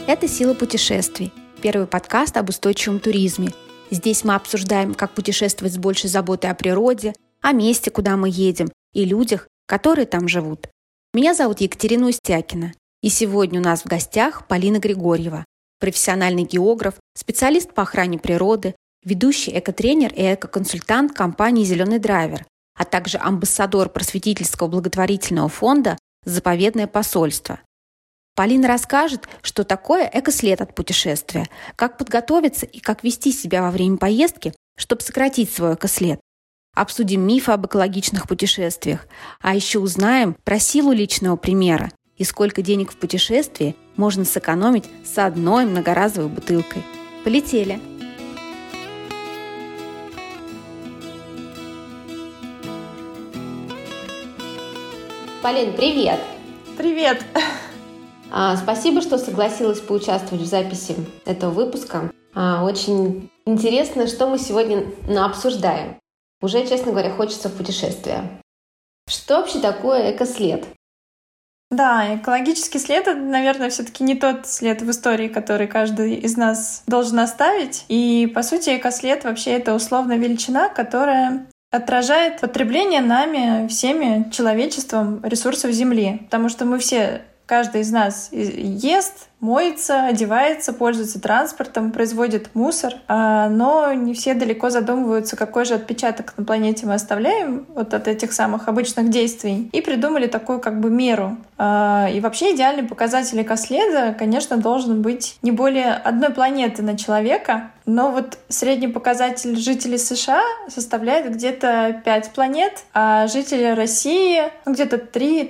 Это «Сила путешествий» – первый подкаст об устойчивом туризме. Здесь мы обсуждаем, как путешествовать с большей заботой о природе, о месте, куда мы едем, и людях, которые там живут. Меня зовут Екатерина Устякина, и сегодня у нас в гостях Полина Григорьева, профессиональный географ, специалист по охране природы, ведущий экотренер и экоконсультант компании «Зеленый драйвер», а также амбассадор просветительского благотворительного фонда «Заповедное посольство». Полина расскажет, что такое экослед от путешествия, как подготовиться и как вести себя во время поездки, чтобы сократить свой экослед. Обсудим мифы об экологичных путешествиях, а еще узнаем про силу личного примера и сколько денег в путешествии можно сэкономить с одной многоразовой бутылкой. Полетели! Полин, привет! Привет! Спасибо, что согласилась поучаствовать в записи этого выпуска. Очень интересно, что мы сегодня обсуждаем. Уже, честно говоря, хочется в путешествие. Что вообще такое экослед? Да, экологический след — это, наверное, все-таки не тот след в истории, который каждый из нас должен оставить. И, по сути, экослед вообще — это условная величина, которая отражает потребление нами, всеми человечеством ресурсов Земли. Потому что мы все, каждый из нас ест, моется, одевается, пользуется транспортом, производит мусор, но не все далеко задумываются, какой же отпечаток на планете мы оставляем вот от этих самых обычных действий, и придумали такую меру. И вообще идеальный показатель экоследа, конечно, должен быть не более одной планеты на человека, но вот средний показатель жителей США составляет где-то 5 планет, а жители России где-то 3,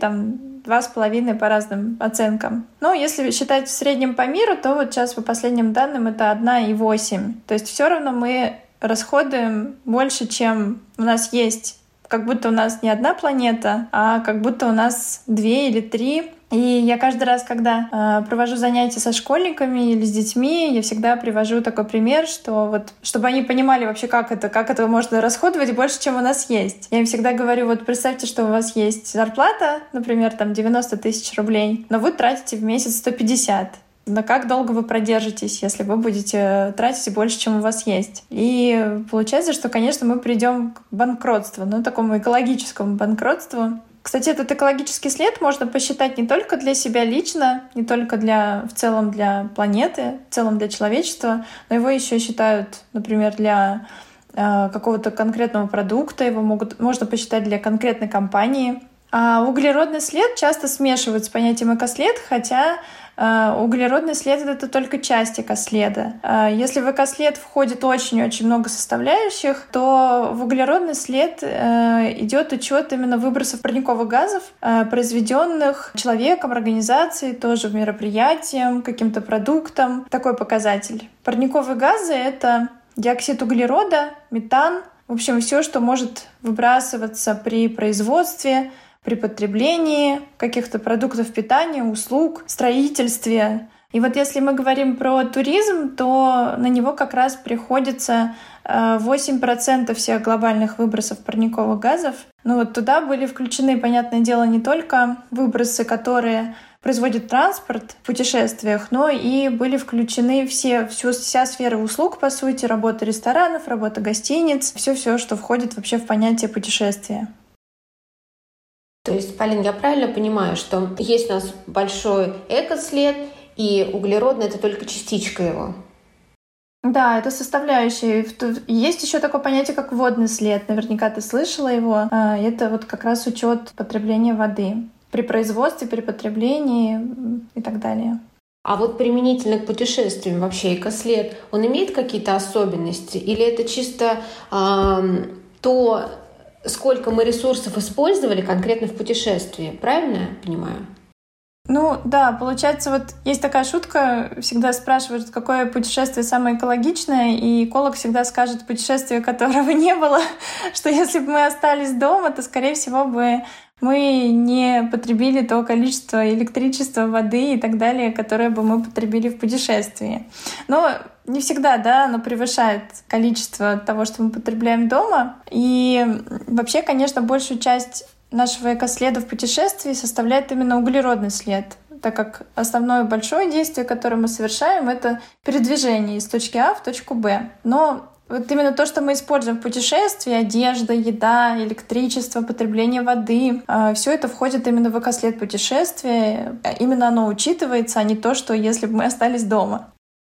2,5 по разным оценкам. Но если считать в среднем по миру, то вот сейчас по последним данным это 1,8. То есть все равно мы расходуем больше, чем у нас есть. Как будто у нас не одна планета, а как будто у нас 2 или 3. И я каждый раз, когда провожу занятия со школьниками или с детьми, я всегда привожу такой пример, что вот, чтобы они понимали вообще, как это можно расходовать больше, чем у нас есть. Я им всегда говорю, вот представьте, что у вас есть зарплата, например, 90 тысяч рублей, но вы тратите в месяц 150. Но как долго вы продержитесь, если вы будете тратить больше, чем у вас есть? И получается, что, конечно, мы придем к банкротству, такому экологическому банкротству. Кстати, этот экологический след можно посчитать не только для себя лично, не только в целом для планеты, в целом для человечества, но его еще считают, например, для какого-то конкретного продукта, его можно посчитать для конкретной компании. А углеродный след часто смешивают с понятием экослед, хотя углеродный след — это только часть экоследа. Если в экослед входит очень-очень много составляющих, то в углеродный след идет учет именно выбросов парниковых газов, произведенных человеком, организацией, тоже мероприятием, каким-то продуктом. Такой показатель. Парниковые газы — это диоксид углерода, метан, в общем, все, что может выбрасываться при производстве, при потреблении каких-то продуктов питания, услуг, строительстве. И вот если мы говорим про туризм, то на него как раз приходится 8% всех глобальных выбросов парниковых газов. Туда были включены, понятное дело, не только выбросы, которые производит транспорт в путешествиях, но и были включены вся сфера услуг, по сути, работа ресторанов, работа гостиниц, все, что входит вообще в понятие путешествия. То есть, Полин, я правильно понимаю, что есть у нас большой экослед, и углеродный — это только частичка его? Да, это составляющая. Есть еще такое понятие, как водный след. Наверняка ты слышала его. Это как раз учет потребления воды при производстве, при потреблении и так далее. А вот применительно к путешествиям вообще экослед, он имеет какие-то особенности? Или это чисто то, сколько мы ресурсов использовали конкретно в путешествии? Правильно я понимаю? Да, получается, есть такая шутка, всегда спрашивают, какое путешествие самое экологичное, и эколог всегда скажет путешествие, которого не было, что если бы мы остались дома, то, скорее всего, бы мы не потребили то количество электричества, воды и так далее, которое бы мы потребили в путешествии. Но не всегда, оно превышает количество того, что мы потребляем дома. И вообще, конечно, большую часть нашего экоследа в путешествии составляет именно углеродный след. так как основное большое действие, которое мы совершаем, это передвижение из точки А в точку Б. Но вот именно то, что мы используем в путешествии, одежда, еда, электричество, потребление воды, все это входит именно в экослед путешествия. Именно оно учитывается, а не то, что если бы мы остались дома.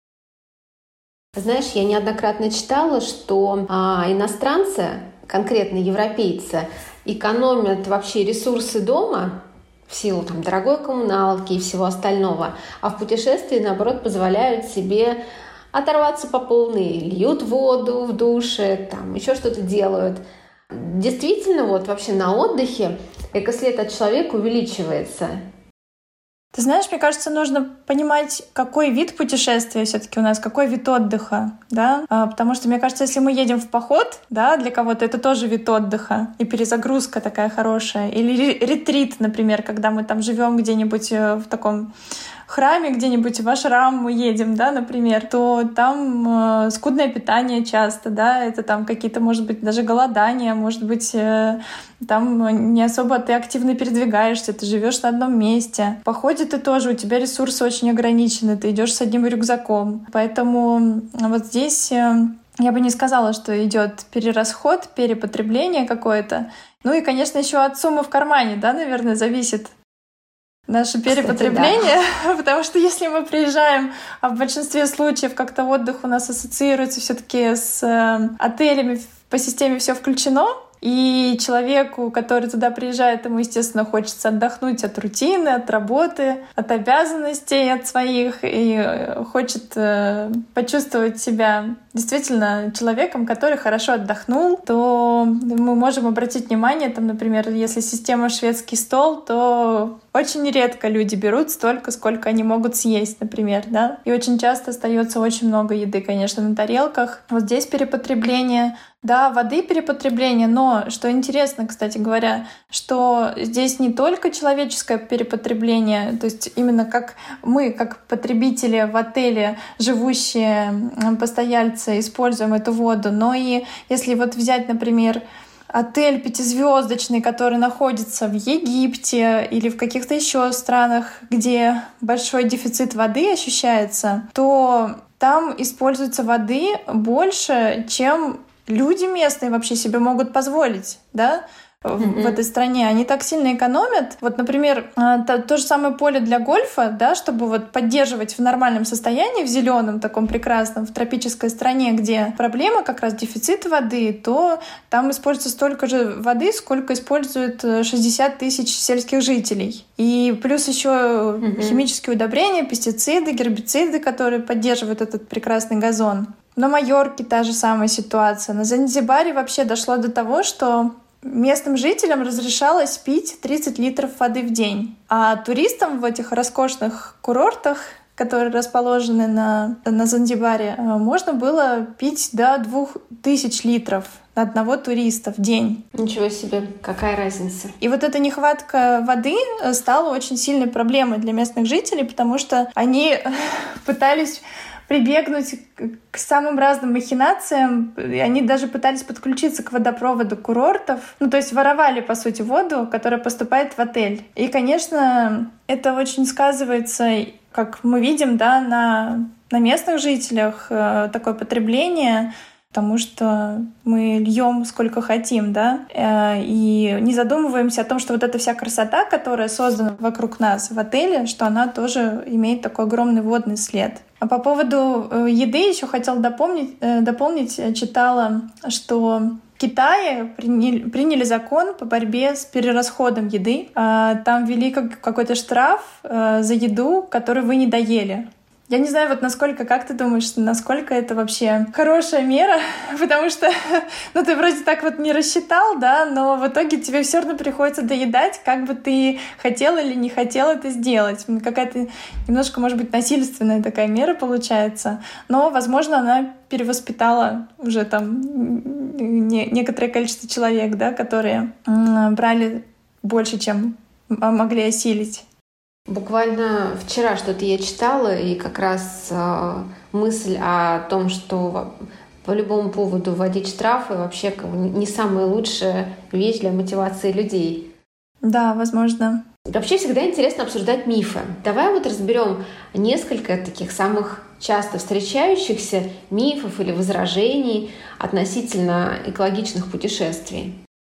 Знаешь, я неоднократно читала, что иностранцы, конкретно европейцы, экономят вообще ресурсы дома в силу дорогой коммуналки и всего остального, а в путешествии, наоборот, позволяют себе оторваться по полной, льют воду в душе, еще что-то делают. Действительно, вообще на отдыхе экослед от человека увеличивается. Ты знаешь, мне кажется, нужно понимать, какой вид путешествия все-таки у нас, какой вид отдыха, да, потому что, мне кажется, если мы едем в поход, да, для кого-то это тоже вид отдыха и перезагрузка такая хорошая, или ретрит, например, когда мы там живем где-нибудь в таком храме, где-нибудь в ашрам мы едем, да, например, то там скудное питание часто, да, это там какие-то, может быть, даже голодания, может быть, там не особо ты активно передвигаешься, ты живешь на одном месте. В походе ты тоже, у тебя ресурсы очень ограничены, ты идешь с одним рюкзаком. Поэтому вот здесь я бы не сказала, что идет перерасход, перепотребление какое-то. Ну и, конечно, еще от суммы в кармане, да, наверное, зависит наше перепотребление, кстати, да. Потому что если мы приезжаем, а в большинстве случаев как-то отдых у нас ассоциируется все-таки с отелями, по системе все включено, и человеку, который туда приезжает, ему, естественно, хочется отдохнуть от рутины, от работы, от обязанностей, от своих, и хочет почувствовать себя действительно человеком, который хорошо отдохнул, то мы можем обратить внимание, например, если система шведский стол, то очень редко люди берут столько, сколько они могут съесть, например, да. И очень часто остается очень много еды, конечно, на тарелках. Вот здесь перепотребление. Да, воды перепотребление, но что интересно, кстати говоря, что здесь не только человеческое перепотребление, то есть именно как мы, как потребители в отеле, живущие постояльцы, используем эту воду, но и если взять, например, отель пятизвездочный, который находится в Египте или в каких-то еще странах, где большой дефицит воды ощущается, то там используется воды больше, чем люди местные вообще себе могут позволить, да, в этой стране. Они так сильно экономят. Вот, например, то же самое поле для гольфа, да, чтобы поддерживать в нормальном состоянии, в зеленом таком прекрасном, в тропической стране, где проблема как раз дефицит воды, то там используется столько же воды, сколько используют 60 тысяч сельских жителей. И плюс еще химические удобрения, пестициды, гербициды, которые поддерживают этот прекрасный газон. На Майорке та же самая ситуация. На Занзибаре вообще дошло до того, что местным жителям разрешалось пить 30 литров воды в день. А туристам в этих роскошных курортах, которые расположены на Занзибаре, можно было пить до 2000 литров на одного туриста в день. Ничего себе, какая разница. И эта нехватка воды стала очень сильной проблемой для местных жителей, потому что они пытались прибегнуть к самым разным махинациям. Они даже пытались подключиться к водопроводу курортов. То есть воровали, по сути, воду, которая поступает в отель. И, конечно, это очень сказывается, как мы видим, да, на местных жителях такое потребление, потому что мы льем сколько хотим, да, и не задумываемся о том, что эта вся красота, которая создана вокруг нас в отеле, что она тоже имеет такой огромный водный след. А по поводу еды еще хотела дополнить, читала, что в Китае приняли закон по борьбе с перерасходом еды. Там ввели какой-то штраф за еду, которую вы не доели. Я не знаю, насколько, как ты думаешь, насколько это вообще хорошая мера, потому что, ты вроде так не рассчитал, да, но в итоге тебе все равно приходится доедать, как бы ты хотел или не хотел это сделать. Какая-то немножко, может быть, насильственная такая мера получается, но, возможно, она перевоспитала уже некоторое количество человек, да, которые брали больше, чем могли осилить. Буквально вчера что-то я читала, и как раз мысль о том, что по любому поводу вводить штрафы вообще не самая лучшая вещь для мотивации людей. Да, возможно. Вообще всегда интересно обсуждать мифы. Давай вот разберем несколько таких самых часто встречающихся мифов или возражений относительно экологичных путешествий.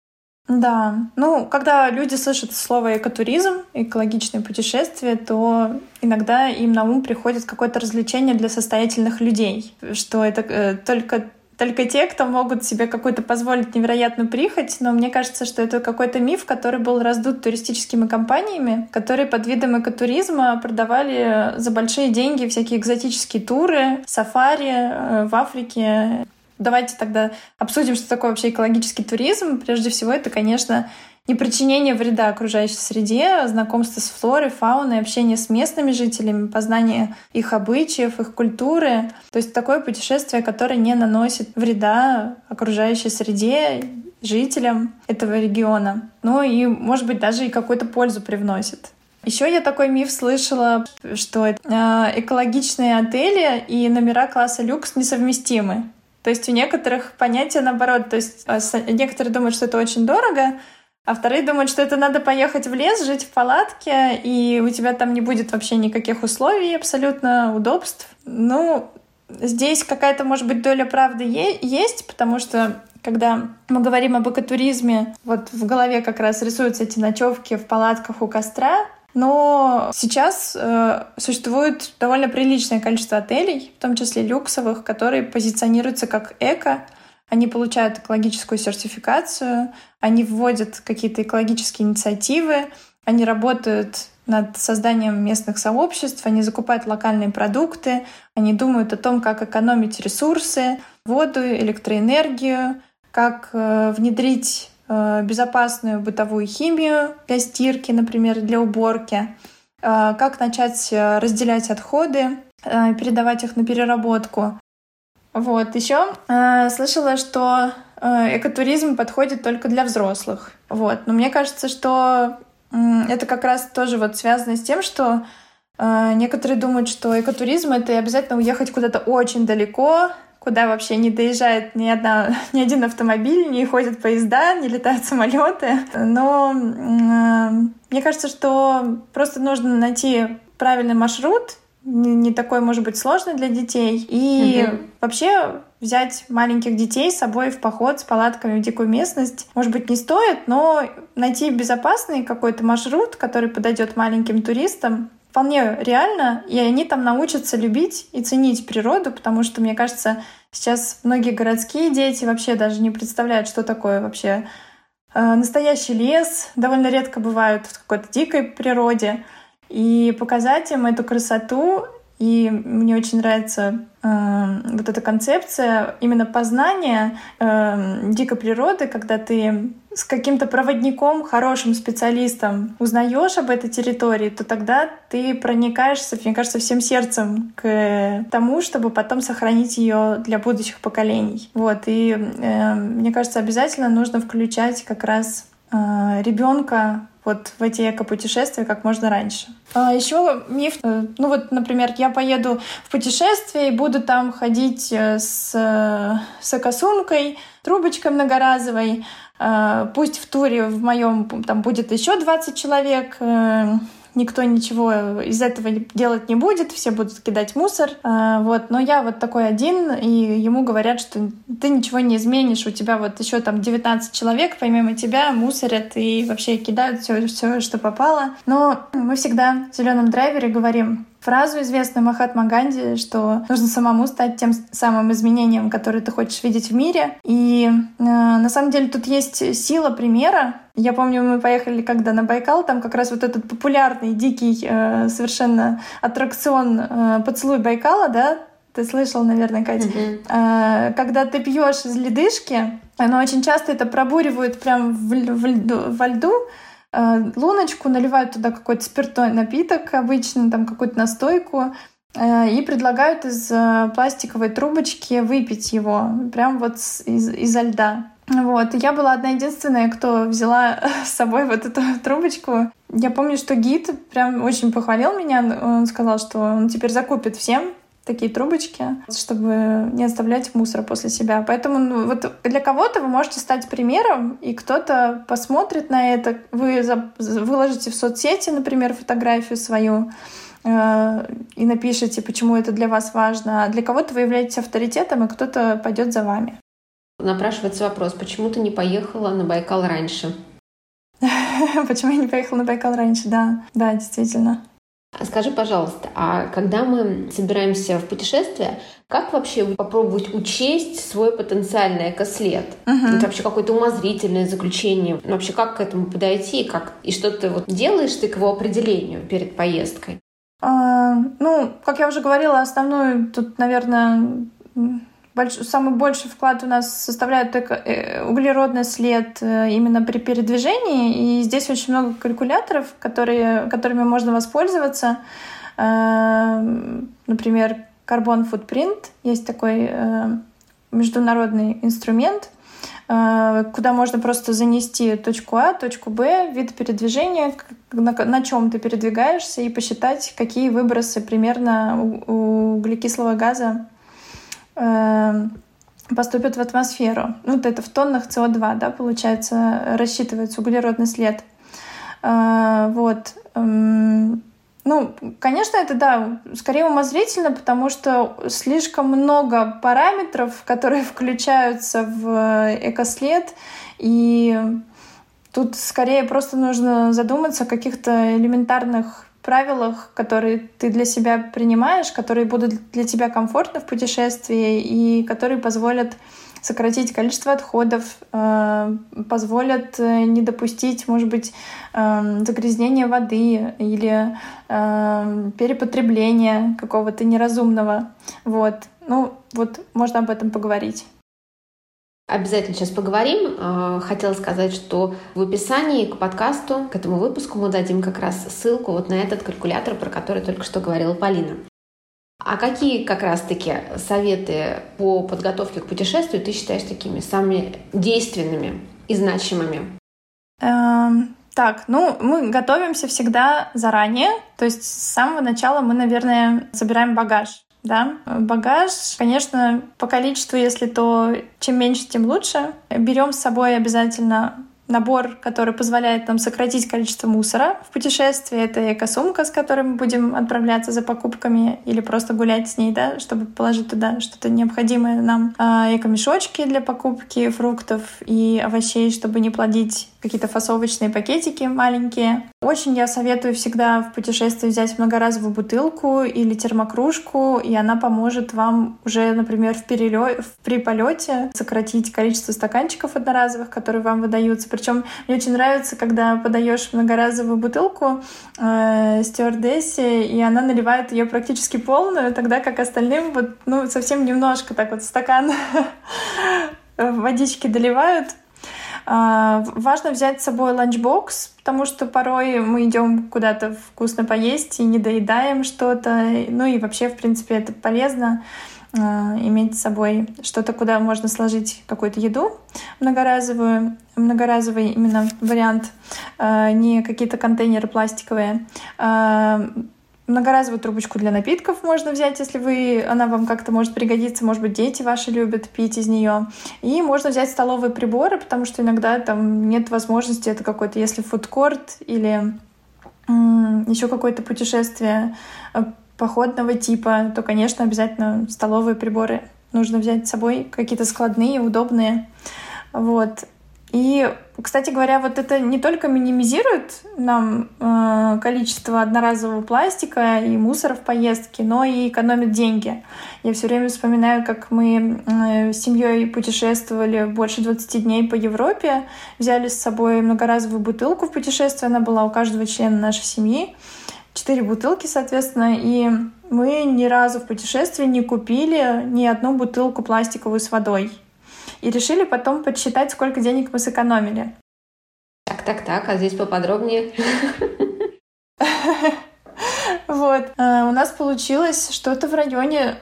Да, когда люди слышат слово экотуризм, экологичные путешествия, то иногда им на ум приходит какое-то развлечение для состоятельных людей, что это только те, кто могут себе какую-то позволить невероятную прихоть, но мне кажется, что это какой-то миф, который был раздут туристическими компаниями, которые под видом экотуризма продавали за большие деньги всякие экзотические туры, сафари в Африке. Давайте тогда обсудим, что такое вообще экологический туризм. Прежде всего, это, конечно, не причинение вреда окружающей среде, знакомство с флорой, фауной, общение с местными жителями, познание их обычаев, их культуры. То есть такое путешествие, которое не наносит вреда окружающей среде, жителям этого региона. И, может быть, даже и какую-то пользу привносит. Еще я такой миф слышала, что экологичные отели и номера класса люкс несовместимы. То есть у некоторых понятия наоборот. То есть некоторые думают, что это очень дорого, а вторые думают, что это надо поехать в лес, жить в палатке, и у тебя там не будет вообще никаких условий, абсолютно удобств. Здесь какая-то, может быть, доля правды есть, потому что когда мы говорим об экотуризме, вот в голове как раз рисуются эти ночевки в палатках у костра. Но сейчас существует довольно приличное количество отелей, в том числе люксовых, которые позиционируются как эко. Они получают экологическую сертификацию, они вводят какие-то экологические инициативы, они работают над созданием местных сообществ, они закупают локальные продукты, они думают о том, как экономить ресурсы, воду, электроэнергию, как внедрить безопасную бытовую химию для стирки, например, для уборки, как начать разделять отходы, передавать их на переработку. Еще слышала, что экотуризм подходит только для взрослых. Но мне кажется, что это как раз тоже связано с тем, что некоторые думают, что экотуризм — это обязательно уехать куда-то очень далеко, куда вообще не доезжает ни один автомобиль, не ходят поезда, не летают самолеты. Но мне кажется, что просто нужно найти правильный маршрут, не такой, может быть, сложный для детей, и вообще взять маленьких детей с собой в поход с палатками в дикую местность, может быть, не стоит, но найти безопасный какой-то маршрут, который подойдет маленьким туристам, вполне реально, и они там научатся любить и ценить природу, потому что, мне кажется, сейчас многие городские дети вообще даже не представляют, что такое вообще настоящий лес, довольно редко бывают в какой-то дикой природе, и показать им эту красоту. И мне очень нравится вот эта концепция именно познания дикой природы, когда ты с каким-то проводником, хорошим специалистом узнаешь об этой территории, то тогда ты проникаешься, мне кажется, всем сердцем к тому, чтобы потом сохранить ее для будущих поколений. И мне кажется, обязательно нужно включать как раз ребенка в эти экопутешествия как можно раньше. Еще миф. Например, я поеду в путешествие и буду там ходить с экосумкой, трубочкой многоразовой. Пусть в туре в моем там будет еще 20 человек, никто ничего из этого делать не будет, все будут кидать мусор. Но я такой один, и ему говорят, что ты ничего не изменишь, у тебя еще там 19 человек, помимо тебя, мусорят и вообще кидают все, что попало. Но мы всегда в «Зеленом драйвере» говорим фразу известную Махатма Ганди, что нужно самому стать тем самым изменением, которое ты хочешь видеть в мире. И на самом деле тут есть сила примера. Я помню, мы поехали когда на Байкал, там как раз этот популярный, дикий совершенно аттракцион «Поцелуй Байкала», да? Ты слышал, наверное, Катя? Когда ты пьешь из ледышки, но очень часто это пробуривают прям во льду, луночку, наливают туда какой-то спиртной напиток, обычно там какую-то настойку, и предлагают из пластиковой трубочки выпить его прям изо льда. И я была одна единственная, кто взяла с собой эту трубочку. Я помню, что гид прям очень похвалил меня. Он сказал, что он теперь закупит всем такие трубочки, чтобы не оставлять мусора после себя. Поэтому вот для кого-то вы можете стать примером, и кто-то посмотрит на это, вы выложите в соцсети, например, фотографию свою, и напишите, почему это для вас важно. А для кого-то вы являетесь авторитетом, и кто-то пойдет за вами. Напрашивается вопрос, почему ты не поехала на Байкал раньше? Почему я не поехала на Байкал раньше? Да, действительно. Скажи, пожалуйста, а когда мы собираемся в путешествие, как вообще попробовать учесть свой потенциальный экослед? Это вообще какое-то умозрительное заключение? Вообще как к этому подойти? И что ты делаешь ты к его определению перед поездкой? Как я уже говорила, основную тут, наверное, самый больший вклад у нас составляет углеродный след именно при передвижении. И здесь очень много калькуляторов, которыми можно воспользоваться. Например, Carbon Footprint. Есть такой международный инструмент, куда можно просто занести точку А, точку Б, вид передвижения, на чем ты передвигаешься, и посчитать, какие выбросы примерно углекислого газа поступят в атмосферу. Это в тоннах СО2, получается, рассчитывается углеродный след. Конечно, это, скорее умозрительно, потому что слишком много параметров, которые включаются в экослед, и тут скорее просто нужно задуматься о каких-то элементарных правилах, которые ты для себя принимаешь, которые будут для тебя комфортны в путешествии и которые позволят сократить количество отходов, позволят не допустить, может быть, загрязнения воды или перепотребления какого-то неразумного. Можно об этом поговорить. Обязательно сейчас поговорим. Хотела сказать, что в описании к подкасту, к этому выпуску мы дадим как раз ссылку на этот калькулятор, про который только что говорила Полина. А какие как раз-таки советы по подготовке к путешествию ты считаешь такими самыми действенными и значимыми? Мы готовимся всегда заранее. То есть с самого начала мы, наверное, собираем багаж. Багаж, конечно, по количеству, если то чем меньше, тем лучше. Берем с собой обязательно набор, который позволяет нам сократить количество мусора в путешествии. Это эко-сумка, с которой мы будем отправляться за покупками или просто гулять с ней, чтобы положить туда что-то необходимое нам. Эко-мешочки для покупки фруктов и овощей, чтобы не плодить какие-то фасовочные пакетики маленькие. Очень я советую всегда в путешествии взять многоразовую бутылку или термокружку, и она поможет вам уже, например, при полете сократить количество стаканчиков одноразовых, которые вам выдаются. Причем мне очень нравится, когда подаешь многоразовую бутылку стюардессе, и она наливает ее практически полную, тогда как остальным совсем немножко в стакан водички доливают. Важно взять с собой ланчбокс, потому что порой мы идем куда-то вкусно поесть и не доедаем что-то. И вообще, в принципе, это полезно иметь с собой что-то, куда можно сложить какую-то еду многоразовый именно вариант, не какие-то контейнеры пластиковые. Многоразовую трубочку для напитков можно взять, если она вам как-то может пригодиться. Может быть, дети ваши любят пить из нее. И можно взять столовые приборы, потому что иногда там нет возможности, это какой-то, если фудкорт или еще какое-то путешествие походного типа, то, конечно, обязательно столовые приборы нужно взять с собой, какие-то складные, удобные. И, кстати говоря, это не только минимизирует нам количество одноразового пластика и мусора в поездке, но и экономит деньги. Я все время вспоминаю, как мы с семьей путешествовали больше 20 дней по Европе, взяли с собой многоразовую бутылку в путешествие, она была у каждого члена нашей семьи, 4 бутылки, соответственно, и мы ни разу в путешествии не купили ни одну бутылку пластиковую с водой. И решили потом подсчитать, сколько денег мы сэкономили. Так, а здесь поподробнее. У нас получилось что-то в районе,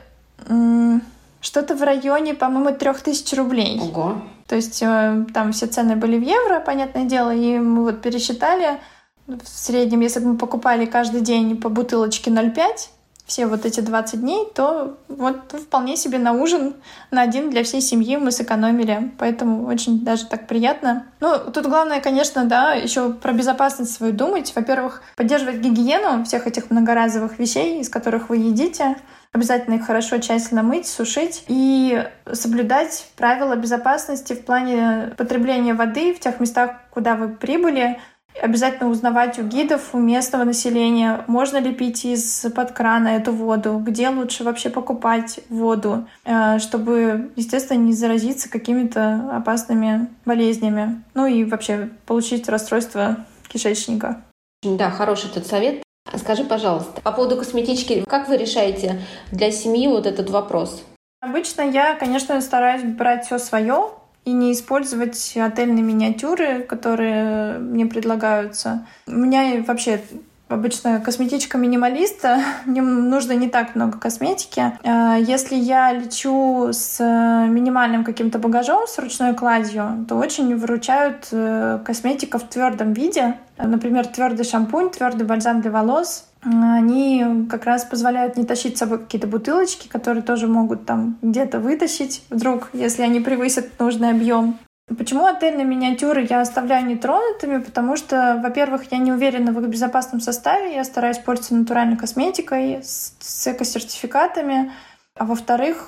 по-моему, 3000 рублей. Ого. То есть там все цены были в евро, понятное дело, и мы пересчитали. В среднем, если бы мы покупали каждый день по бутылочке 0,5, все вот эти 20 дней, то вот вполне себе на ужин на один для всей семьи мы сэкономили. Поэтому очень даже так приятно. Ну, тут главное, конечно, да, еще про безопасность свою думать. Во-первых, поддерживать гигиену всех этих многоразовых вещей, из которых вы едите. Обязательно их хорошо, тщательно мыть, сушить и соблюдать правила безопасности в плане потребления воды в тех местах, куда вы прибыли. Обязательно узнавать у гидов, у местного населения, можно ли пить из-под крана эту воду, где лучше вообще покупать воду, чтобы, естественно, не заразиться какими-то опасными болезнями. Ну и вообще получить расстройство кишечника. Да, хороший этот совет. Скажи, пожалуйста, по поводу косметички, как вы решаете для семьи вот этот вопрос? Обычно я, конечно, стараюсь брать все свое и не использовать отельные миниатюры, которые мне предлагаются. У меня вообще обычно косметичка минималиста, мне нужно не так много косметики. Если я лечу с минимальным каким-то багажом, с ручной кладью, то очень выручают косметика в твердом виде. Например, твердый шампунь, твердый бальзам для волос. Они как раз позволяют не тащить с собой какие-то бутылочки, которые тоже могут там где-то вытащить вдруг, если они превысят нужный объем. Почему отельные миниатюры я оставляю нетронутыми? Потому что, во-первых, я не уверена в их безопасном составе, я стараюсь пользоваться натуральной косметикой с эко-сертификатами. А во-вторых,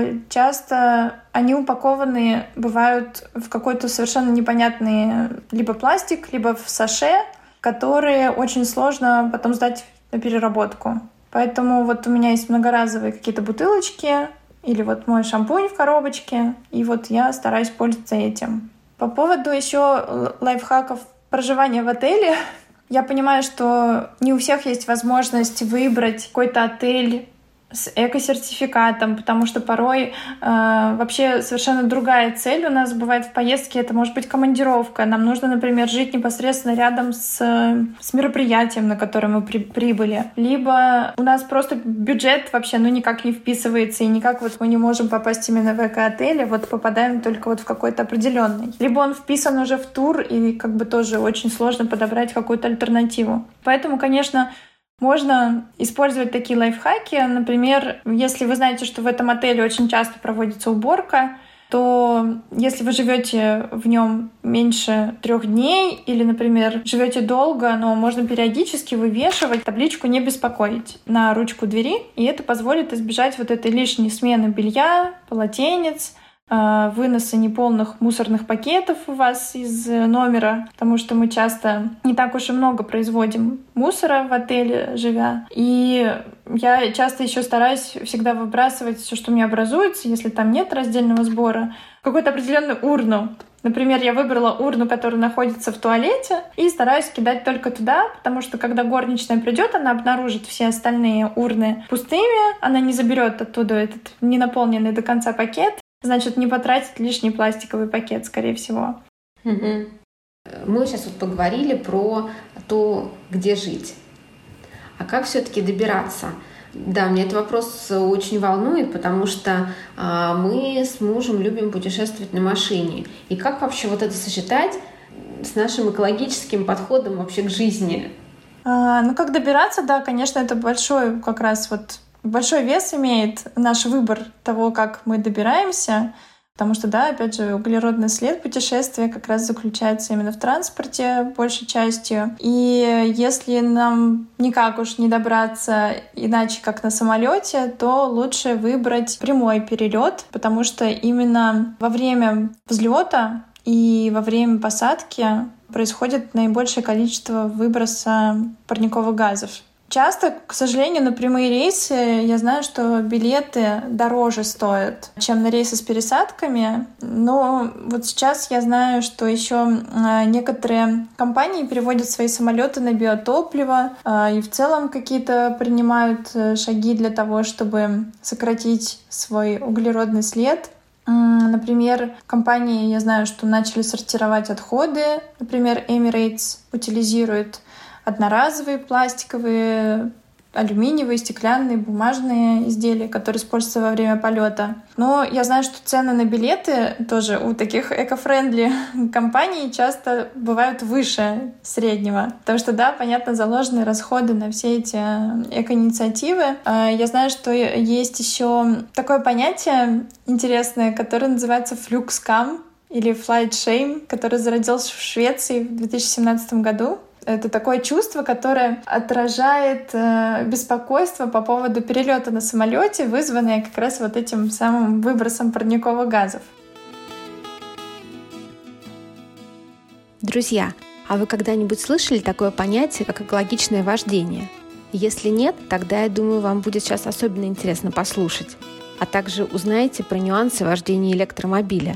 часто они упакованы бывают в какой-то совершенно непонятный либо пластик, либо в саше, которые очень сложно потом сдать на переработку. Поэтому вот у меня есть многоразовые какие-то бутылочки или вот мой шампунь в коробочке, и вот я стараюсь пользоваться этим. По поводу еще лайфхаков проживания в отеле, я понимаю, что не у всех есть возможность выбрать какой-то отель с эко-сертификатом, потому что порой вообще совершенно другая цель у нас бывает в поездке. Это может быть командировка. Нам нужно, например, жить непосредственно рядом с мероприятием, на которое мы прибыли. Либо у нас просто бюджет вообще никак не вписывается, и никак вот мы не можем попасть именно в эко-отель, а вот попадаем только вот в какой-то определенный. Либо он вписан уже в тур, и как бы тоже очень сложно подобрать какую-то альтернативу. Поэтому, конечно, можно использовать такие лайфхаки. Например, если вы знаете, что в этом отеле очень часто проводится уборка, то если вы живете в нем меньше 3 дней или, например, живете долго, но можно периодически вывешивать табличку «Не беспокоить» на ручку двери, и это позволит избежать вот этой лишней смены белья, полотенец, выноса неполных мусорных пакетов у вас из номера, потому что мы часто не так уж и много производим мусора в отеле, живя. И я часто еще стараюсь всегда выбрасывать все, что у меня образуется, если там нет раздельного сбора, в какую-то определенную урну. Например, я выбрала урну, которая находится в туалете, и стараюсь кидать только туда, потому что когда горничная придет, она обнаружит все остальные урны пустыми, она не заберет оттуда этот ненаполненный до конца пакет, значит, не потратить лишний пластиковый пакет, скорее всего. Угу. Мы сейчас вот поговорили про то, где жить. А как все-таки добираться? Да, меня этот вопрос очень волнует, потому что мы с мужем любим путешествовать на машине. И как вообще вот это сочетать с нашим экологическим подходом вообще к жизни? Как добираться, да, конечно, это большой как раз вот большой вес имеет наш выбор того, как мы добираемся, потому что, да, опять же, углеродный след путешествия как раз заключается именно в транспорте большей частью. И если нам никак уж не добраться иначе, как на самолете, то лучше выбрать прямой перелет, потому что именно во время взлета и во время посадки происходит наибольшее количество выброса парниковых газов. Часто, к сожалению, на прямые рейсы я знаю, что билеты дороже стоят, чем на рейсы с пересадками. Но вот сейчас я знаю, что еще некоторые компании переводят свои самолеты на биотопливо и в целом какие-то принимают шаги для того, чтобы сократить свой углеродный след. Например, компании, я знаю, что начали сортировать отходы. Например, Emirates утилизирует одноразовые пластиковые алюминиевые, стеклянные, бумажные изделия, которые используются во время полета. Но я знаю, что цены на билеты тоже у таких эко-френдли компаний часто бывают выше среднего. Потому что, да, понятно, заложены расходы на все эти эко-инициативы. Я знаю, что есть еще такое понятие интересное, которое называется «флюкскам» или «flight shame», которое зародилось в Швеции в 2017 году. Это такое чувство, которое отражает беспокойство по поводу перелета на самолете, вызванное как раз вот этим самым выбросом парниковых газов. Друзья, а вы когда-нибудь слышали такое понятие, как экологичное вождение? Если нет, тогда, я думаю, вам будет сейчас особенно интересно послушать, а также узнаете про нюансы вождения электромобиля.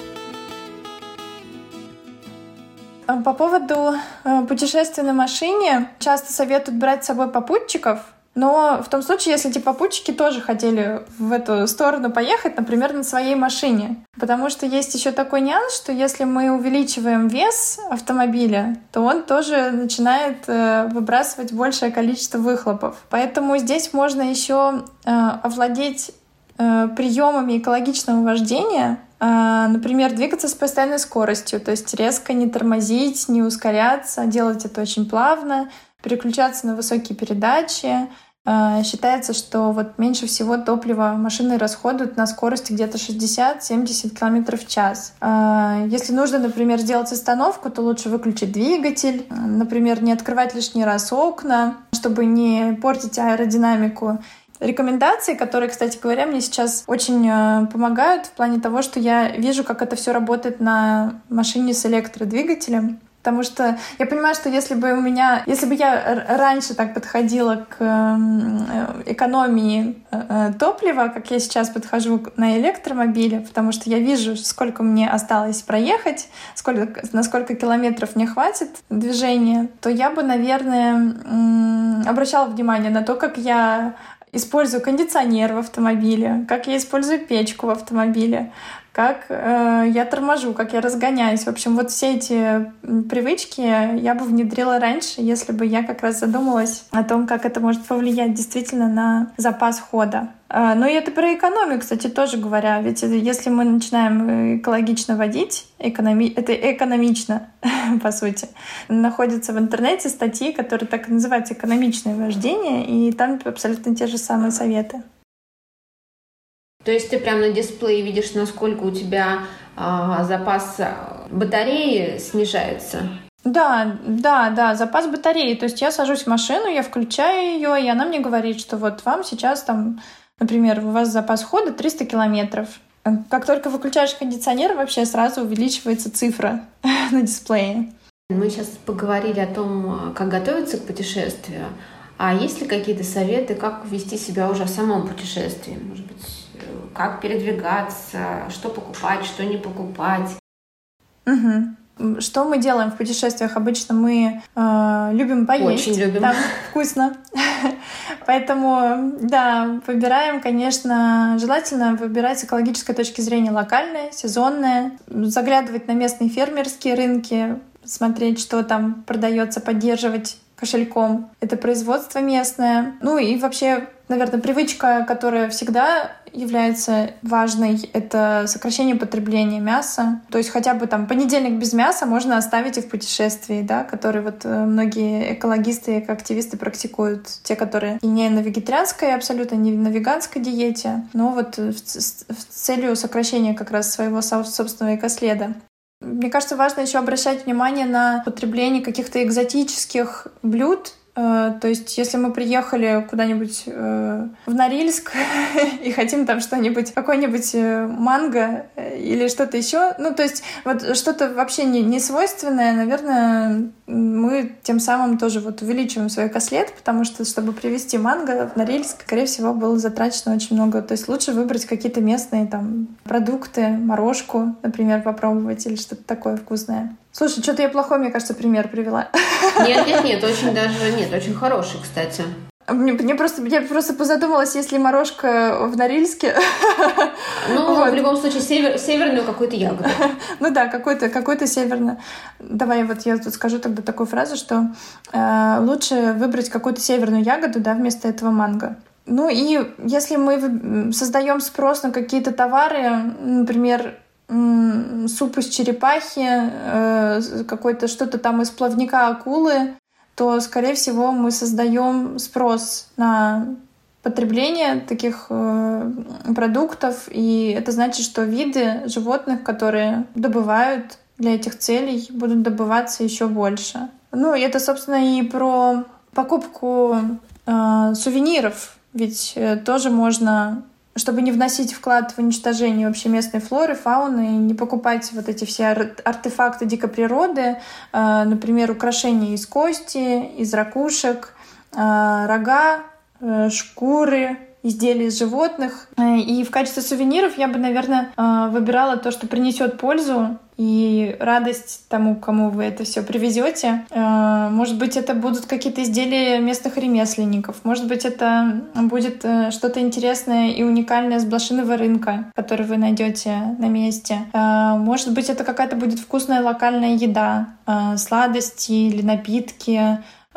По поводу путешествия на машине часто советуют брать с собой попутчиков, но в том случае, если эти попутчики тоже хотели в эту сторону поехать, например, на своей машине. Потому что есть еще такой нюанс, что если мы увеличиваем вес автомобиля, то он тоже начинает выбрасывать большее количество выхлопов. Поэтому здесь можно еще овладеть приемами экологичного вождения, например, двигаться с постоянной скоростью, то есть резко не тормозить, не ускоряться, делать это очень плавно, переключаться на высокие передачи. Считается, что вот меньше всего топлива машины расходуют на скорости где-то 60-70 км в час. Если нужно, например, сделать остановку, то лучше выключить двигатель, например, не открывать лишний раз окна, чтобы не портить аэродинамику. Рекомендации, которые, кстати говоря, мне сейчас очень помогают в плане того, что я вижу, как это все работает на машине с электродвигателем. Потому что я понимаю, что если бы я раньше так подходила к экономии топлива, как я сейчас подхожу на электромобиле, потому что я вижу, сколько мне осталось проехать, на сколько километров мне хватит движения, то я бы, наверное, обращала внимание на то, как я использую кондиционер в автомобиле, как я использую печку в автомобиле, как я торможу, как я разгоняюсь. В общем, вот все эти привычки я бы внедрила раньше, если бы я как раз задумалась о том, как это может повлиять действительно на запас хода. Ну и это про экономию, кстати, тоже говоря. Ведь если мы начинаем экологично водить, это экономично, по сути. Находятся в интернете статьи, которые так и называются «Экономичное вождение», и там абсолютно те же самые советы. То есть ты прямо на дисплее видишь, насколько у тебя запас батареи снижается? Да, запас батареи. То есть я сажусь в машину, я включаю ее, и она мне говорит, что вот вам сейчас там, например, у вас запас хода 300 километров. Как только выключаешь кондиционер, вообще сразу увеличивается цифра на дисплее. Мы сейчас поговорили о том, как готовиться к путешествию. А есть ли какие-то советы, как вести себя уже в самом путешествии? Может быть, как передвигаться, что покупать, что не покупать? Угу. Что мы делаем в путешествиях? Обычно мы любим поесть. Очень любим. Там вкусно. Поэтому, да, выбираем, конечно, желательно выбирать с экологической точки зрения локальное, сезонное, заглядывать на местные фермерские рынки, смотреть, что там продается, поддерживать кошельком. Это производство местное. Ну и вообще, наверное, привычка, которая всегда является важной, это сокращение потребления мяса. То есть хотя бы там понедельник без мяса можно оставить и в путешествии, да, которые вот многие экологисты и экоактивисты практикуют. Те, которые и не на вегетарианской, абсолютно не на веганской диете, но вот с целью сокращения как раз своего собственного экоследа. Мне кажется, важно еще обращать внимание на потребление каких-то экзотических блюд. То есть, если мы приехали куда-нибудь в Норильск и хотим там что-нибудь, какой-нибудь манго или что-то еще, ну, то есть, вот что-то вообще не свойственное, наверное, мы тем самым тоже вот увеличиваем свой экослед, потому что, чтобы привезти манго в Норильск, скорее всего, было затрачено очень много. То есть, лучше выбрать какие-то местные там продукты, морожку, например, попробовать или что-то такое вкусное. Слушай, что-то я плохой, мне кажется, пример привела. Нет, очень хороший, кстати. Я просто позадумалась, есть ли морожка в Норильске. Ну, в любом случае, северную какую-то ягоду. Ну да, какой-то северный. Давай вот я тут скажу тогда такую фразу, что лучше выбрать какую-то северную ягоду, да, вместо этого манго. Ну и если мы создаем спрос на какие-то товары, например, суп из черепахи, какой-то что-то там из плавника акулы, то, скорее всего, мы создаем спрос на потребление таких продуктов, и это значит, что виды животных, которые добывают для этих целей, будут добываться еще больше. Ну, и это, собственно, и про покупку сувениров, ведь тоже можно, чтобы не вносить вклад в уничтожение вообще местной флоры, фауны, и не покупать вот эти все артефакты дикой природы, например, украшения из кости, из ракушек, рога, шкуры, изделия из животных. И в качестве сувениров я бы, наверное, выбирала то, что принесет пользу и радость тому, кому вы это все привезете. Может быть, это будут какие-то изделия местных ремесленников. Может быть, это будет что-то интересное и уникальное с блошиного рынка, который вы найдете на месте. Может быть, это какая-то будет вкусная локальная еда, сладости или напитки,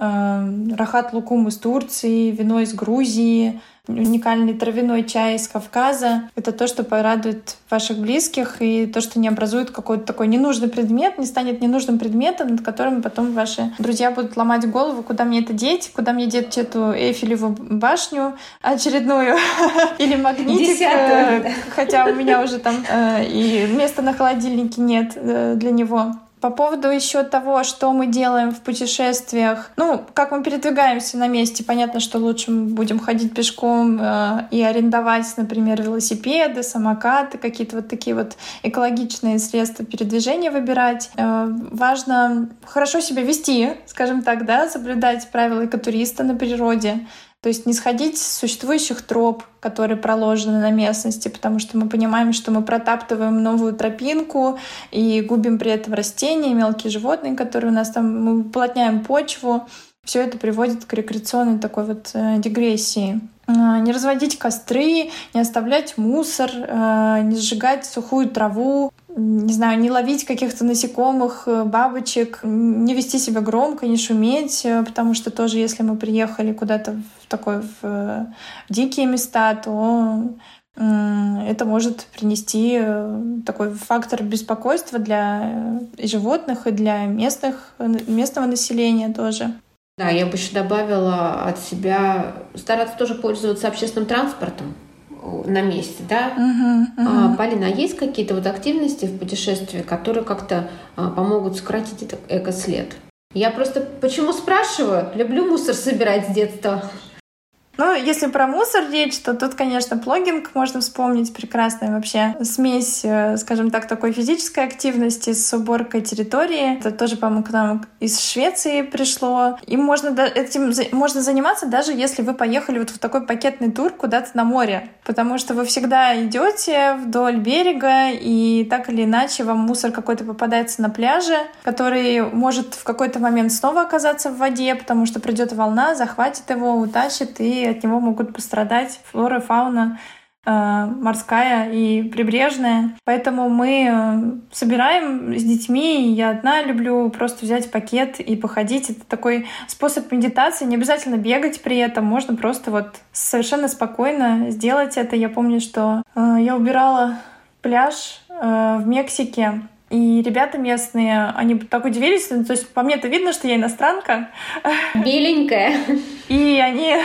рахат лукум из Турции, вино из Грузии, уникальный травяной чай из Кавказа. Это то, что порадует ваших близких, и то, что не образует какой-то такой ненужный предмет, не станет ненужным предметом, над которым потом ваши друзья будут ломать голову, куда мне это деть, куда мне деть эту Эйфелеву башню очередную или магнитик, хотя у меня уже там и места на холодильнике нет для него. По поводу еще того, что мы делаем в путешествиях, ну, как мы передвигаемся на месте, понятно, что лучше мы будем ходить пешком и арендовать, например, велосипеды, самокаты, какие-то вот такие вот экологичные средства передвижения выбирать. Важно хорошо себя вести, скажем так, да, соблюдать правила экотуриста на природе. То есть не сходить с существующих троп, которые проложены на местности, потому что мы понимаем, что мы протаптываем новую тропинку и губим при этом растения, мелкие животные, которые у нас там, мы уплотняем почву. Все это приводит к рекреационной такой вот дегрессии. Не разводить костры, не оставлять мусор, не сжигать сухую траву, не знаю, не ловить каких-то насекомых, бабочек, не вести себя громко, не шуметь, потому что тоже, если мы приехали куда-то в дикие места, то это может принести такой фактор беспокойства для и животных, и для местного населения тоже. Да, я бы еще добавила от себя стараться тоже пользоваться общественным транспортом на месте, да? Полина, а есть какие-то вот активности в путешествии, которые как-то помогут сократить этот экослед? Я просто почему спрашиваю? Люблю мусор собирать с детства. Ну, если про мусор речь, то тут, конечно, плогинг можно вспомнить. Прекрасная вообще смесь, скажем так, такой физической активности с уборкой территории. Это тоже, по-моему, к нам из Швеции пришло. Этим можно заниматься, даже если вы поехали вот в такой пакетный тур куда-то на море. Потому что вы всегда идете вдоль берега, и так или иначе вам мусор какой-то попадается на пляже, который может в какой-то момент снова оказаться в воде, потому что придет волна, захватит его, утащит, и от него могут пострадать флора, фауна морская и прибрежная. Поэтому мы собираем с детьми. Я одна люблю просто взять пакет и походить. Это такой способ медитации. Не обязательно бегать при этом. Можно просто вот совершенно спокойно сделать это. Я помню, что я убирала пляж в Мексике. И ребята местные, они так удивились, то есть по мне-то видно, что я иностранка. Беленькая. И они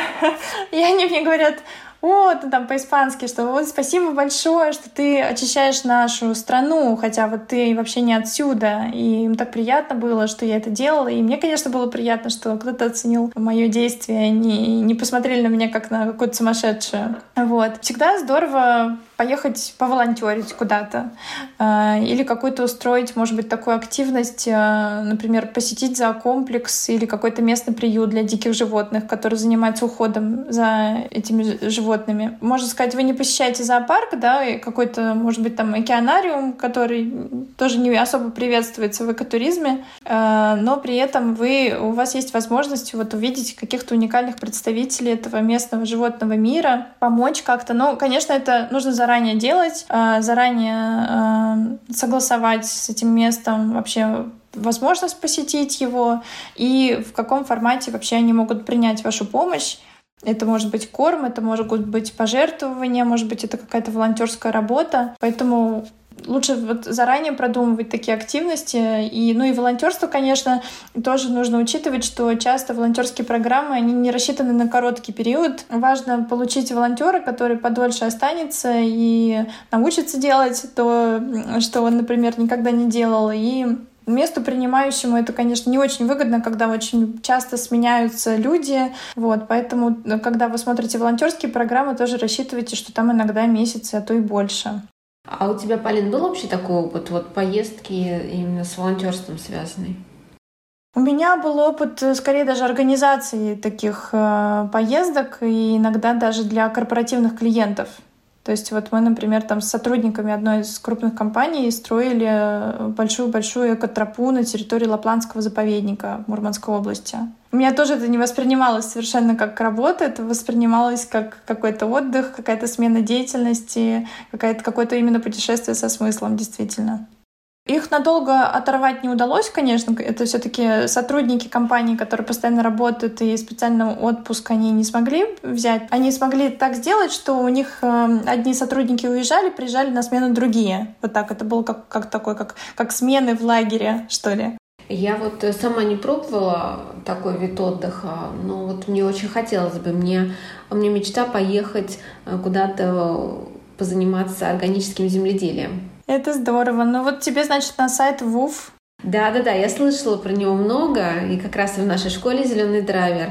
мне говорят: вот, там по-испански, что вот спасибо большое, что ты очищаешь нашу страну, хотя вот ты вообще не отсюда. И им так приятно было, что я это делала. И мне, конечно, было приятно, что кто-то оценил мое действие, не посмотрели на меня как на какую-то сумасшедшую. Вот. Всегда здорово поехать поволонтерить куда-то или какую-то устроить, может быть, такую активность, например, посетить зоокомплекс или какой-то местный приют для диких животных, который занимается уходом за этими животными. Можно сказать, вы не посещаете зоопарк, да, и какой-то, может быть, там океанариум, который тоже не особо приветствуется в экотуризме, но при этом у вас есть возможность вот увидеть каких-то уникальных представителей этого местного животного мира, помочь как-то. Но, конечно, это нужно заранее делать, заранее согласовать с этим местом вообще возможность посетить его и в каком формате вообще они могут принять вашу помощь. Это может быть корм, это могут быть пожертвования, может быть, это какая-то волонтерская работа. Поэтому лучше вот заранее продумывать такие активности. И волонтерство, конечно, тоже нужно учитывать, что часто волонтерские программы, они не рассчитаны на короткий период. Важно получить волонтера, который подольше останется и научится делать то, что он, например, никогда не делал. И месту принимающему это, конечно, не очень выгодно, когда очень часто сменяются люди. Вот, поэтому, когда вы смотрите волонтерские программы, тоже рассчитывайте, что там иногда месяцы, а то и больше. А у тебя, Полин, был вообще такой опыт, вот поездки именно с волонтерством связанный? У меня был опыт, скорее, даже организации таких поездок, и иногда даже для корпоративных клиентов. То есть вот мы, например, там с сотрудниками одной из крупных компаний строили большую-большую экотропу на территории Лапландского заповедника в Мурманской области. У меня тоже это не воспринималось совершенно как работа, это воспринималось как какой-то отдых, какая-то смена деятельности, какое-то именно путешествие со смыслом, действительно. Их надолго оторвать не удалось, конечно. Это все-таки сотрудники компании, которые постоянно работают, и специального отпуска они не смогли взять. Они смогли так сделать, что у них одни сотрудники уезжали, приезжали на смену другие. Вот так. Это было как смены в лагере, что ли. Я вот сама не пробовала такой вид отдыха, но вот мне очень хотелось бы. У меня мечта поехать куда-то позаниматься органическим земледелием. Это здорово. Ну вот тебе, значит, на сайт ВУФ. Да, я слышала про него много, и как раз и в нашей школе «Зеленый драйвер».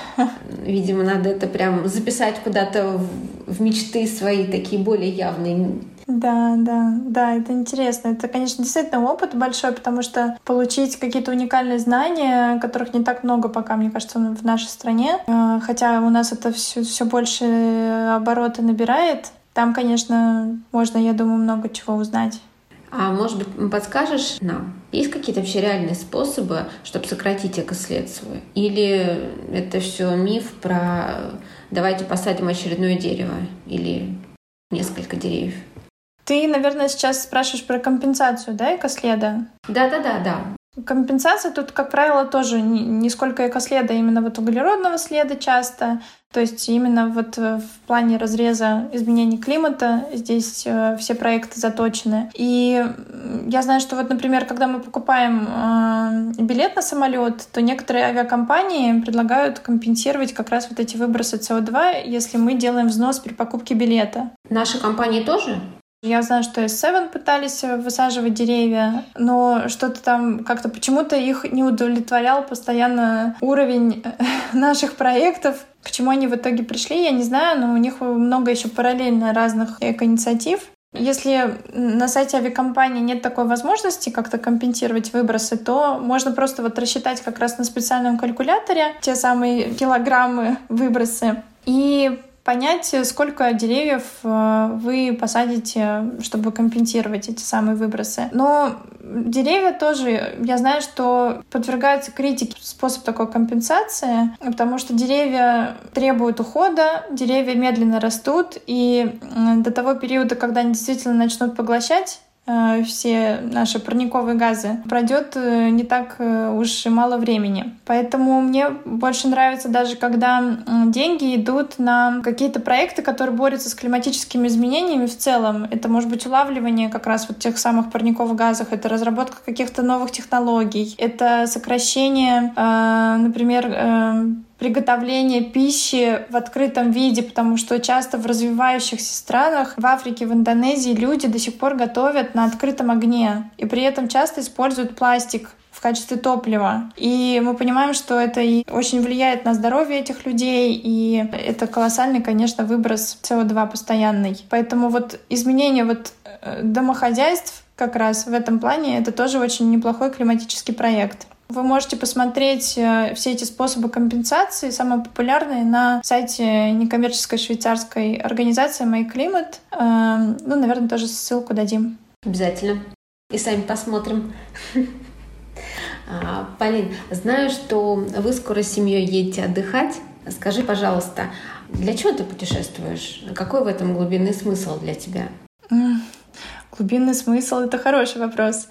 Видимо, надо это прям записать куда-то в мечты свои, такие более явные. Да, это интересно. Это, конечно, действительно опыт большой, потому что получить какие-то уникальные знания, которых не так много пока, мне кажется, в нашей стране, хотя у нас это все больше обороты набирает, там, конечно, можно, я думаю, много чего узнать. А может быть, подскажешь нам, есть какие-то вообще реальные способы, чтобы сократить экослед свой? Или это все миф про «давайте посадим очередное дерево» или несколько деревьев? Ты, наверное, сейчас спрашиваешь про компенсацию, да, экоследа? Да. Компенсация тут, как правило, тоже не сколько экоследа, именно вот углеродного следа часто. То есть именно вот в плане разреза изменений климата здесь все проекты заточены. И я знаю, что вот, например, когда мы покупаем билет на самолет, то некоторые авиакомпании предлагают компенсировать как раз вот эти выбросы СО2, если мы делаем взнос при покупке билета. Наши компании тоже? Я знаю, что S7 пытались высаживать деревья, но что-то там как-то почему-то их не удовлетворял постоянно уровень наших проектов. К чему они в итоге пришли, я не знаю, но у них много еще параллельно разных эко-инициатив. Если на сайте авиакомпании нет такой возможности как-то компенсировать выбросы, то можно просто вот рассчитать как раз на специальном калькуляторе те самые килограммы выбросы и понять, сколько деревьев вы посадите, чтобы компенсировать эти самые выбросы. Но деревья тоже, я знаю, что подвергаются критике способ такой компенсации, потому что деревья требуют ухода, деревья медленно растут, и до того периода, когда они действительно начнут поглощать все наши парниковые газы, пройдет не так уж и мало времени. Поэтому мне больше нравится даже, когда деньги идут на какие-то проекты, которые борются с климатическими изменениями в целом. Это может быть улавливание как раз вот тех самых парниковых газов, это разработка каких-то новых технологий, это сокращение, например, приготовление пищи в открытом виде, потому что часто в развивающихся странах, в Африке, в Индонезии люди до сих пор готовят на открытом огне. И при этом часто используют пластик в качестве топлива. И мы понимаем, что это и очень влияет на здоровье этих людей, и это колоссальный, конечно, выброс СО2 постоянный. Поэтому вот изменение домохозяйств как раз в этом плане это тоже очень неплохой климатический проект. Вы можете посмотреть все эти способы компенсации, самые популярные, на сайте некоммерческой швейцарской организации MyClimate. Наверное, тоже ссылку дадим. Обязательно. И сами посмотрим. Полин, знаю, что вы скоро с семьей едете отдыхать. Скажи, пожалуйста, для чего ты путешествуешь? Какой в этом глубинный смысл для тебя? Глубинный смысл — это хороший вопрос.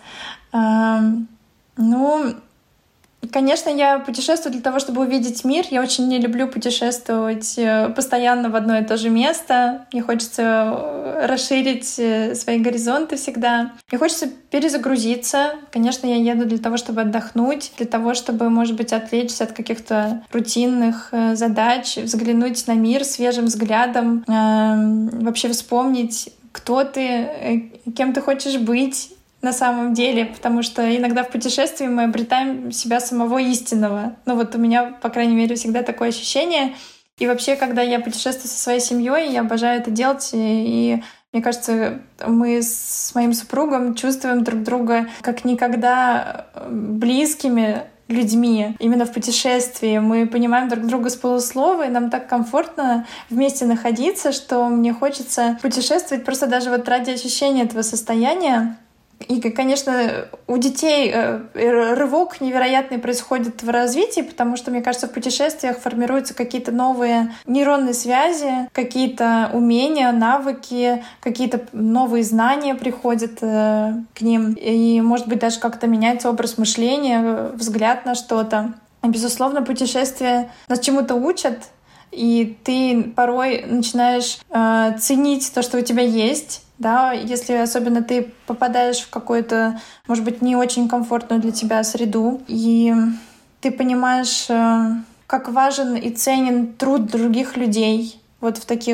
Конечно, я путешествую для того, чтобы увидеть мир. Я очень не люблю путешествовать постоянно в одно и то же место. Мне хочется расширить свои горизонты всегда. Мне хочется перезагрузиться. Конечно, я еду для того, чтобы отдохнуть, для того, чтобы, может быть, отвлечься от каких-то рутинных задач, взглянуть на мир свежим взглядом, вообще вспомнить, кто ты, кем ты хочешь быть на самом деле, потому что иногда в путешествии мы обретаем себя самого истинного. У меня, по крайней мере, всегда такое ощущение. И вообще, когда я путешествую со своей семьей, я обожаю это делать. И мне кажется, мы с моим супругом чувствуем друг друга как никогда близкими людьми. Именно в путешествии мы понимаем друг друга с полуслова, и нам так комфортно вместе находиться, что мне хочется путешествовать просто даже ради ощущения этого состояния. И, конечно, у детей рывок невероятный происходит в развитии, потому что, мне кажется, в путешествиях формируются какие-то новые нейронные связи, какие-то умения, навыки, какие-то новые знания приходят к ним. И, может быть, даже как-то меняется образ мышления, взгляд на что-то. Безусловно, путешествия нас чему-то учат, и ты порой начинаешь ценить то, что у тебя есть. Да, если особенно ты попадаешь в какую-то, может быть, не очень комфортную для тебя среду, и ты понимаешь, как важен и ценен труд других людей в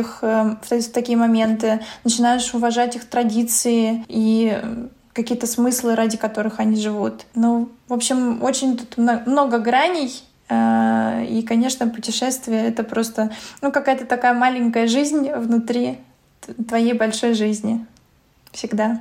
такие моменты, начинаешь уважать их традиции и какие-то смыслы, ради которых они живут. В общем, очень тут много граней. И, конечно, путешествие — это просто какая-то такая маленькая жизнь внутри твоей большой жизни. Всегда.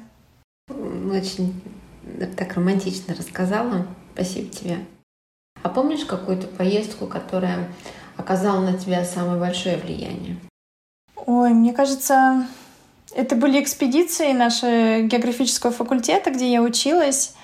Очень так романтично рассказала. Спасибо тебе. А помнишь какую-то поездку, которая оказала на тебя самое большое влияние? Ой, мне кажется, это были экспедиции нашего географического факультета, где я училась.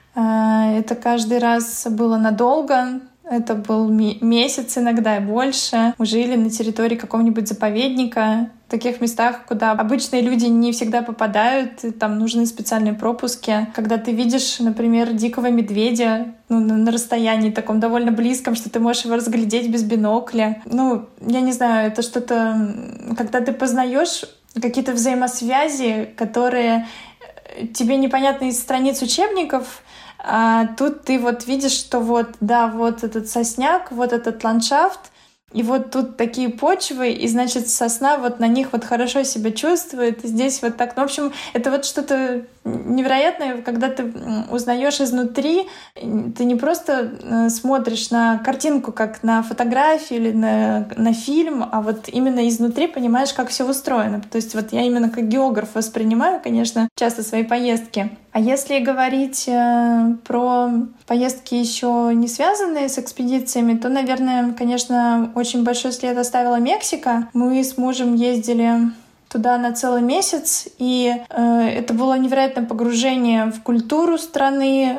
Это каждый раз было надолго. Это был месяц, иногда и больше. Мы жили на территории какого-нибудь заповедника, в таких местах, куда обычные люди не всегда попадают, и там нужны специальные пропуски. Когда ты видишь, например, дикого медведя на расстоянии таком довольно близком, что ты можешь его разглядеть без бинокля. Я не знаю, это что-то... Когда ты познаешь какие-то взаимосвязи, которые тебе непонятны из страниц учебников, а тут ты видишь, что этот сосняк, этот ландшафт, и тут такие почвы, и, значит, сосна на них хорошо себя чувствует, и здесь так. В общем, это что-то невероятное, когда ты узнаешь изнутри, ты не просто смотришь на картинку, как на фотографию или на фильм, а именно изнутри понимаешь, как все устроено. То есть я именно как географ воспринимаю, конечно, часто свои поездки. А если говорить про поездки еще не связанные с экспедициями, то, наверное, конечно, очень большой след оставила Мексика. Мы с мужем ездили туда на целый месяц, и это было невероятное погружение в культуру страны,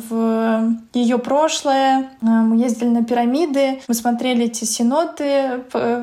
в ее прошлое. Мы ездили на пирамиды, мы смотрели эти сеноты,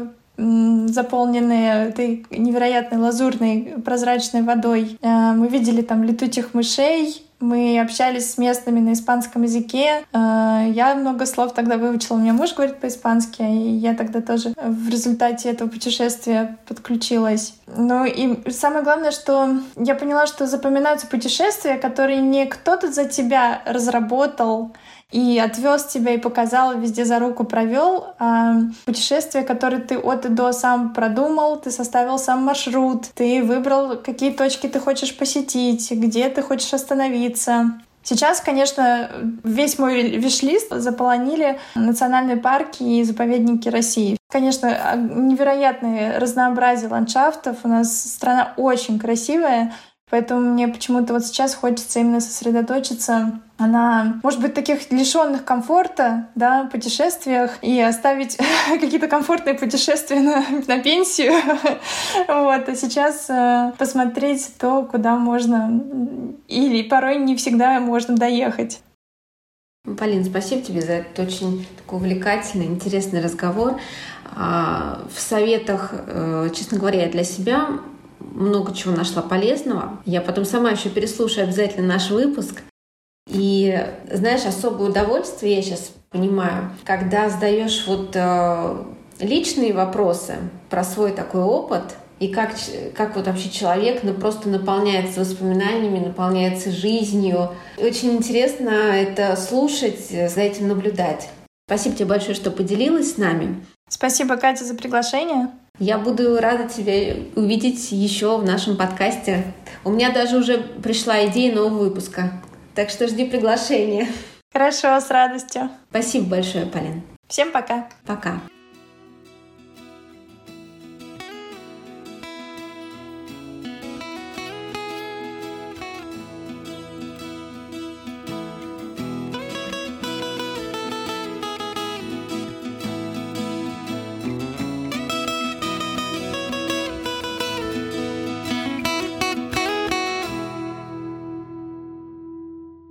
заполненные этой невероятной лазурной прозрачной водой. Мы видели там летучих мышей, мы общались с местными на испанском языке. Я много слов тогда выучила, у меня муж говорит по-испански, и я тогда тоже в результате этого путешествия подключилась. И самое главное, что я поняла, что запоминаются путешествия, которые не кто-то за тебя разработал и отвез тебя и показал, везде за руку провел. Путешествия, которые ты от и до сам продумал, ты составил сам маршрут, ты выбрал, какие точки ты хочешь посетить, где ты хочешь остановиться. Сейчас, конечно, весь мой виш-лист заполонили национальные парки и заповедники России. Конечно, невероятное разнообразие ландшафтов. У нас страна очень красивая, поэтому мне почему-то вот сейчас хочется именно сосредоточиться на, может быть, таких лишенных комфорта, да, путешествиях и оставить какие-то комфортные путешествия на пенсию. Вот. А сейчас посмотреть то, куда можно или порой не всегда можно доехать. Полин, спасибо тебе за этот очень такой увлекательный, интересный разговор. В советах, честно говоря, я для себя много чего нашла полезного. Я потом сама еще переслушаю обязательно наш выпуск. И, знаешь, особое удовольствие, я сейчас понимаю, когда задаешь вот личные вопросы про свой такой опыт, и как вот вообще человек просто наполняется воспоминаниями, наполняется жизнью. Очень интересно это слушать, за этим наблюдать. Спасибо тебе большое, что поделилась с нами. Спасибо, Катя, за приглашение. Я буду рада тебя увидеть еще в нашем подкасте. У меня даже уже пришла идея нового выпуска. Так что жди приглашения. Хорошо, с радостью. Спасибо большое, Полин. Всем пока. Пока.